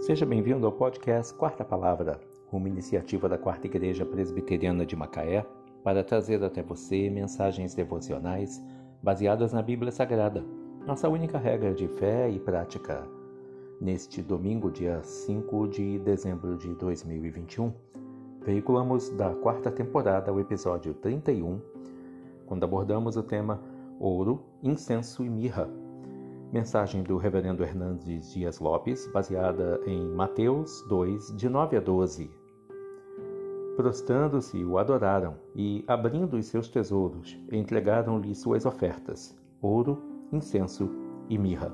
Seja bem-vindo ao podcast Quarta Palavra, uma iniciativa da Quarta Igreja Presbiteriana de Macaé para trazer até você mensagens devocionais baseadas na Bíblia Sagrada, nossa única regra de fé e prática. Neste domingo, dia 5 de dezembro de 2021, veiculamos da quarta temporada o episódio 31, quando abordamos o tema Ouro, Incenso e Mirra. Mensagem do Reverendo Hernandes Dias Lopes, baseada em Mateus 2, de 9 a 12. Prostrando-se, o adoraram e, abrindo os seus tesouros, entregaram-lhe suas ofertas, ouro, incenso e mirra.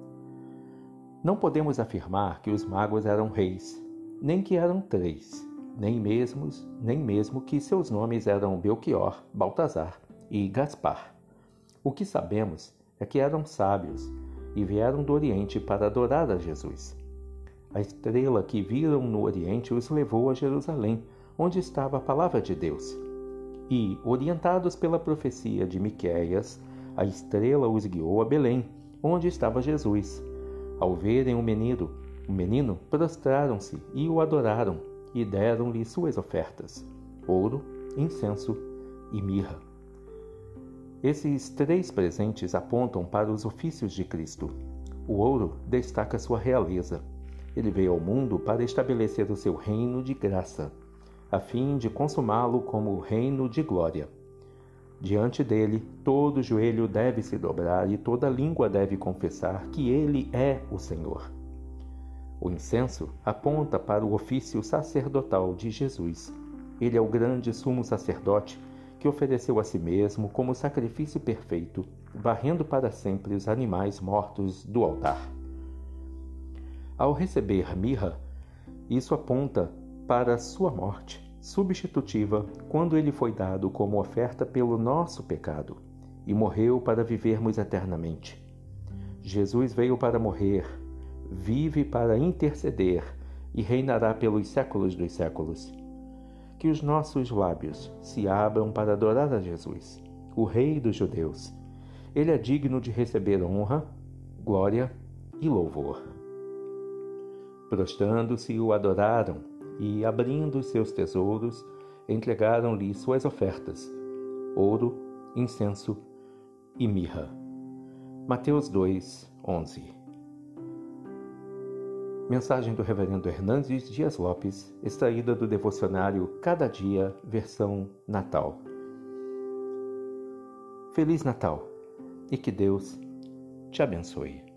Não podemos afirmar que os magos eram reis, nem que eram 3, nem mesmo que seus nomes eram Belchior, Baltazar e Gaspar. O que sabemos é que eram sábios e vieram do Oriente para adorar a Jesus. A estrela que viram no Oriente os levou a Jerusalém, onde estava a palavra de Deus. E, orientados pela profecia de Miqueias, a estrela os guiou a Belém, onde estava Jesus. Ao verem o menino, prostraram-se e o adoraram, e deram-lhe suas ofertas, ouro, incenso e mirra. Esses 3 presentes apontam para os ofícios de Cristo. O ouro destaca sua realeza. Ele veio ao mundo para estabelecer o seu reino de graça, a fim de consumá-lo como reino de glória. Diante dele, todo joelho deve se dobrar e toda língua deve confessar que ele é o Senhor. O incenso aponta para o ofício sacerdotal de Jesus. Ele é o grande sumo sacerdote que ofereceu a si mesmo como sacrifício perfeito, varrendo para sempre os animais mortos do altar. Ao receber mirra, isso aponta para a sua morte substitutiva, quando ele foi dado como oferta pelo nosso pecado e morreu para vivermos eternamente. Jesus veio para morrer, vive para interceder e reinará pelos séculos dos séculos. Que os nossos lábios se abram para adorar a Jesus, o Rei dos Judeus. Ele é digno de receber honra, glória e louvor. Prostrando-se, o adoraram e, abrindo os seus tesouros, entregaram-lhe suas ofertas, ouro, incenso e mirra. Mateus 2, 11. Mensagem do Reverendo Hernandes Dias Lopes, extraída do devocionário Cada Dia, versão Natal. Feliz Natal e que Deus te abençoe.